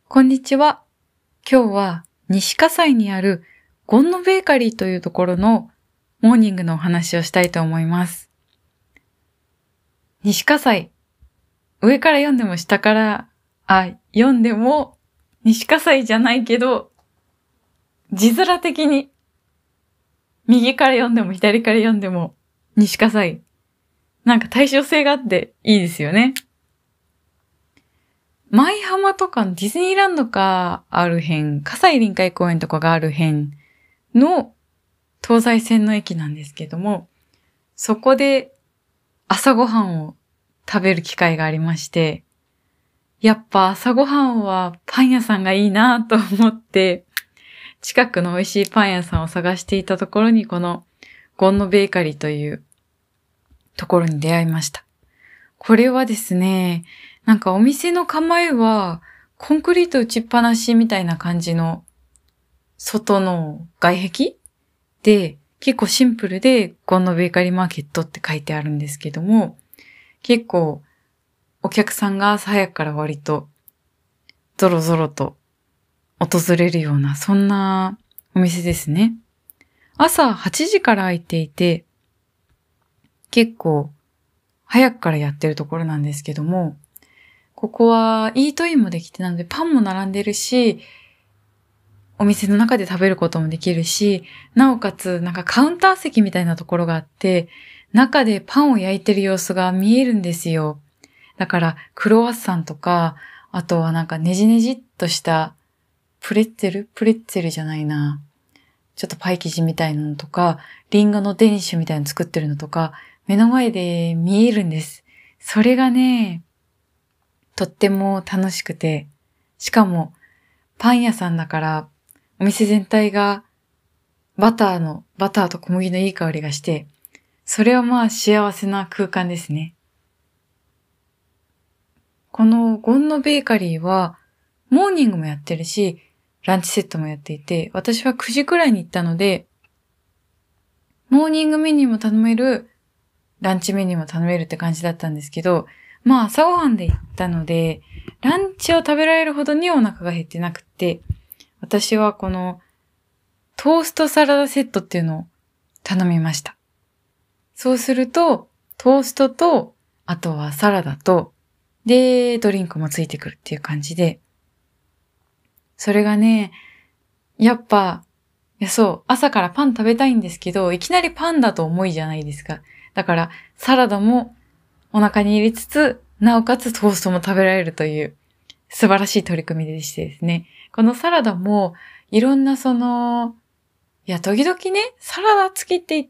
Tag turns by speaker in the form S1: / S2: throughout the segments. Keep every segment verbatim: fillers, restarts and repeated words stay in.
S1: こんにちは。今日は西葛西にあるゴンノベーカリーというところのモーニングのお話をしたいと思います。西葛西。上から読んでも下から、あ、読んでも西葛西じゃないけど、字面的に右から読んでも左から読んでも西葛西。なんか対称性があっていいですよね。舞浜とかのディズニーランドがある辺、葛西臨海公園とかがある辺の東西線の駅なんですけども、そこで朝ごはんを食べる機会がありまして、やっぱ朝ごはんはパン屋さんがいいなと思って、近くの美味しいパン屋さんを探していたところにこのゴンノベーカリーというところに出会いました。これはですね、なんかお店の構えはコンクリート打ちっぱなしみたいな感じの外の外壁で結構シンプルでゴンノベーカリーマーケットって書いてあるんですけども、結構お客さんが朝早くから割とゾロゾロと訪れるようなそんなお店ですね。朝はちじから開いていて結構早くからやってるところなんですけども、ここはイートインもできてなのでパンも並んでるし、お店の中で食べることもできるし、なおかつなんかカウンター席みたいなところがあって、中でパンを焼いてる様子が見えるんですよ。だからクロワッサンとか、あとはなんかネジネジっとしたプレッツェルプレッツェルじゃないな。ちょっとパイ生地みたいなのとか、リンゴのデニッシュみたいなの作ってるのとか、目の前で見えるんです。それがね、とっても楽しくて、しかもパン屋さんだからお店全体がバターの、バターと小麦のいい香りがして、それはまあ幸せな空間ですね。このゴンノベーカリーはモーニングもやってるし、ランチセットもやっていて、私はくじくらいに行ったので、モーニングメニューも頼める、ランチメニューも頼めるって感じだったんですけど、まあ朝ごはんで行ったので、ランチを食べられるほどにお腹が減ってなくて、私はこのトーストサラダセットっていうのを頼みました。そうすると、トーストと、あとはサラダと、で、ドリンクもついてくるっていう感じで、それがね、やっぱ、いやそう、朝からパン食べたいんですけど、いきなりパンだと重いじゃないですか。だから、サラダもお腹に入れつつ、なおかつトーストも食べられるという素晴らしい取り組みでしてですね。このサラダもいろんなその、いや、時々ね、サラダ付きって言って、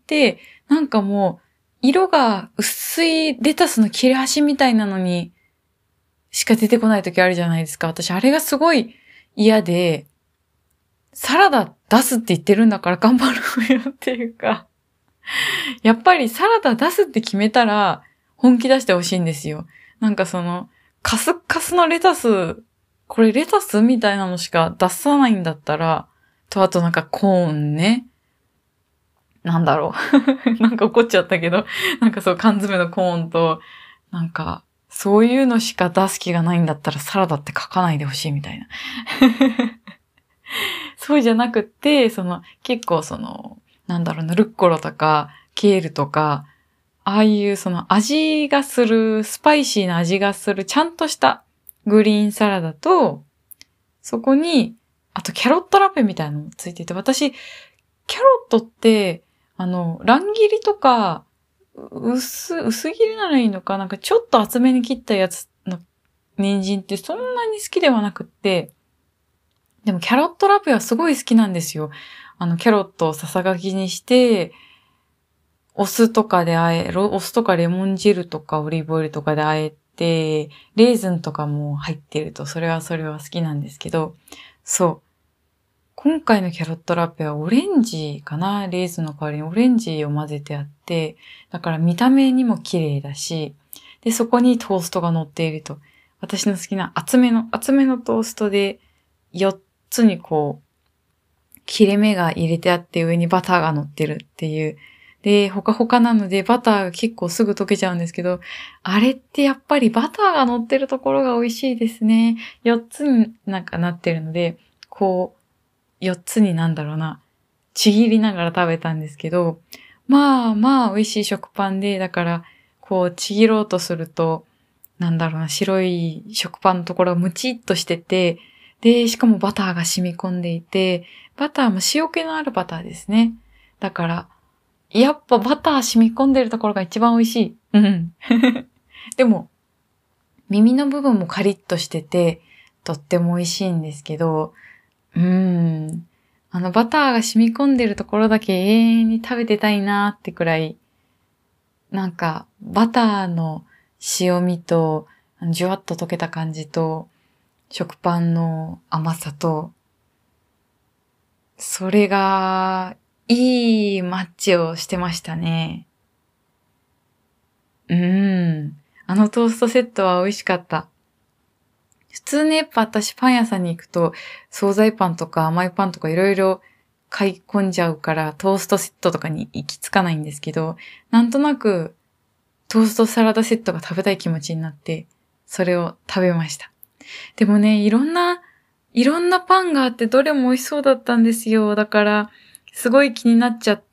S1: なんかもう、色が薄いレタスの切れ端みたいなのにしか出てこない時あるじゃないですか。私、あれがすごい嫌で、サラダ出すって言ってるんだから頑張るよっていうか、やっぱりサラダ出すって決めたら本気出してほしいんですよ。なんかその、カスッカスのレタス、これレタスみたいなのしか出さないんだったら、とあとなんかコーンね。なんだろう。なんか怒っちゃったけど、なんかそう缶詰のコーンと、なんか、そういうのしか出す気がないんだったらサラダって書かないでほしいみたいな。そうじゃなくって、その、結構その、なんだろうな、ルッコラとか、ケールとか、ああいうその味がする、スパイシーな味がする、ちゃんとしたグリーンサラダと、そこに、あとキャロットラペみたいなのもついてて、私、キャロットって、あの、乱切りとか、薄、薄切りならいいのか、なんかちょっと厚めに切ったやつの人参ってそんなに好きではなくって、でもキャロットラペはすごい好きなんですよ。あの、キャロットをささがきにして、お酢とかであえ、お酢とかレモン汁とかオリーブオイルとかであえて、レーズンとかも入ってると、それはそれは好きなんですけど、そう。今回のキャロットラペはオレンジかな？レーズンの代わりにオレンジを混ぜてあって、だから見た目にも綺麗だし、で、そこにトーストが乗っていると。私の好きな厚めの、厚めのトーストでよっつにこう、切れ目が入れてあって上にバターが乗ってるっていう、 で、ほかほかなのでバターが結構すぐ溶けちゃうんですけど、あれってやっぱりバターが乗ってるところが美味しいですね。よっつになんかなってるので、こう、よっつになんだろうな、ちぎりながら食べたんですけど、まあまあ美味しい食パンで、だから、こう、ちぎろうとすると、なんだろうな、白い食パンのところがムチっとしてて、で、しかもバターが染み込んでいて、バターも塩気のあるバターですね。だから、やっぱバター染み込んでるところが一番美味しい。うん。でも、耳の部分もカリッとしてて、とっても美味しいんですけど、うーん。あのバターが染み込んでるところだけ永遠に食べてたいなーってくらい、なんか、バターの塩味と、じゅわっと溶けた感じと、食パンの甘さと、それが、いいマッチをしてましたね。うーん。あのトーストセットは美味しかった。普通ね、やっぱ私パン屋さんに行くと、惣菜パンとか甘いパンとかいろいろ買い込んじゃうから、トーストセットとかに行き着かないんですけど、なんとなく、トーストサラダセットが食べたい気持ちになって、それを食べました。でもね、いろんな、いろんなパンがあってどれも美味しそうだったんですよ。だから、すごい気になっちゃって、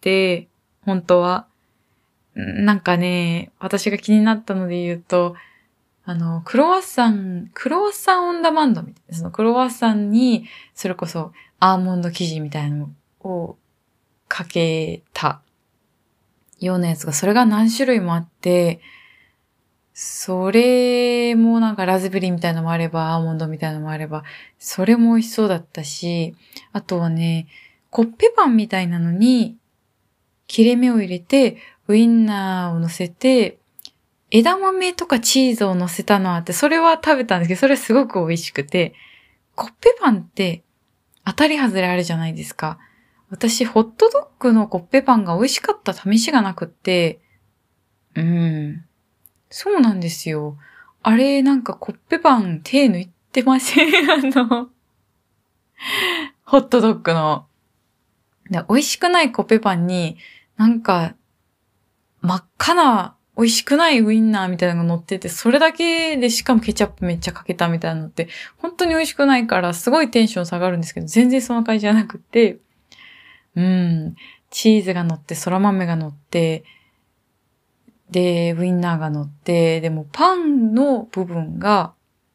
S1: 本当は。なんかね、私が気になったので言うと、あの、クロワッサン、クロワッサンオンダマンドみたいな、そのクロワッサンに、それこそアーモンド生地みたいなのをかけたようなやつが、それが何種類もあって、それもなんかラズベリーみたいなのもあれば、アーモンドみたいなのもあれば、それも美味しそうだったし、あとはね、コッペパンみたいなのに切れ目を入れて、ウインナーを乗せて、枝豆とかチーズを乗せたのあって、それは食べたんですけど、それすごく美味しくて、コッペパンって当たり外れあるじゃないですか。私、ホットドッグのコッペパンが美味しかった試しがなくって、うーん。そうなんですよ。あれ、なんかコッペパン手抜いてませんあの、ホットドッグの。で美味しくないコッペパンに、なんか、真っ赤な、美味しくないウインナーみたいなのが乗ってて、それだけでしかもケチャップめっちゃかけたみたいなのって、本当に美味しくないから、すごいテンション下がるんですけど、全然その感じじゃなくて、うん、チーズが乗って、空豆が乗って、で、ウインナーが乗って、でもパンの部分が、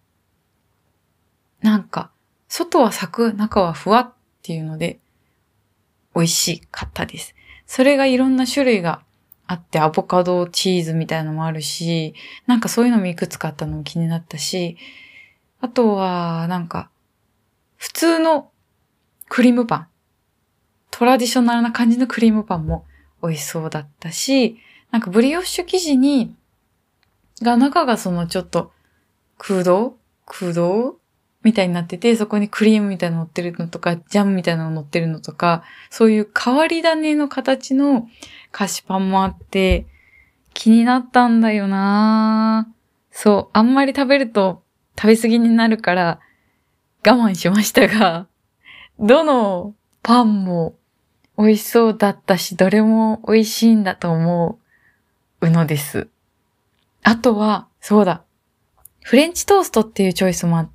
S1: なんか、外はサク、中はふわっていうので、美味しかったです。それがいろんな種類があって、アボカドチーズみたいなのもあるし、なんかそういうのもいくつかあったのも気になったし、あとは、なんか、普通のクリームパン。トラディショナルな感じのクリームパンも美味しそうだったし、なんかブリオッシュ生地に、が中がそのちょっと空洞空洞みたいになってて、そこにクリームみたいなの乗ってるのとか、ジャムみたいなの乗ってるのとか、そういう変わり種の形の菓子パンもあって、気になったんだよなぁ。そう、あんまり食べると食べ過ぎになるから我慢しましたが、どのパンも美味しそうだったし、どれも美味しいんだと思うのです。あとは、そうだ。フレンチトーストっていうチョイスもあって、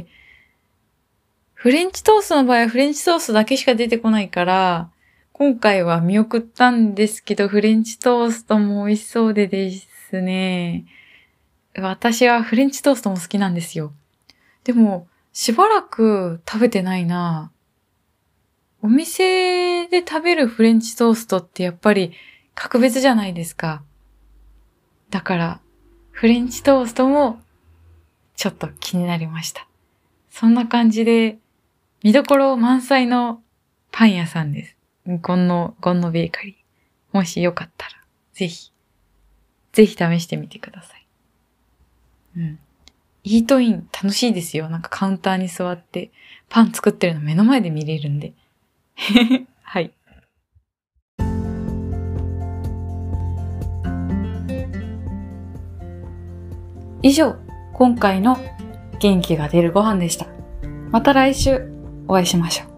S1: フレンチトーストの場合はフレンチトーストだけしか出てこないから、今回は見送ったんですけど、フレンチトーストも美味しそうでですね。私はフレンチトーストも好きなんですよ。でも、しばらく食べてないな。お店で食べるフレンチトーストってやっぱり格別じゃないですか。だから、フレンチトーストもちょっと気になりました。そんな感じで、見どころ満載のパン屋さんです。ゴンノ、ゴンノベーカリー。もしよかったら、ぜひ、ぜひ試してみてください。うん。イートイン楽しいですよ。なんかカウンターに座って、パン作ってるの目の前で見れるんで。はい。以上、今回の元気が出るご飯でした。また来週お会いしましょう。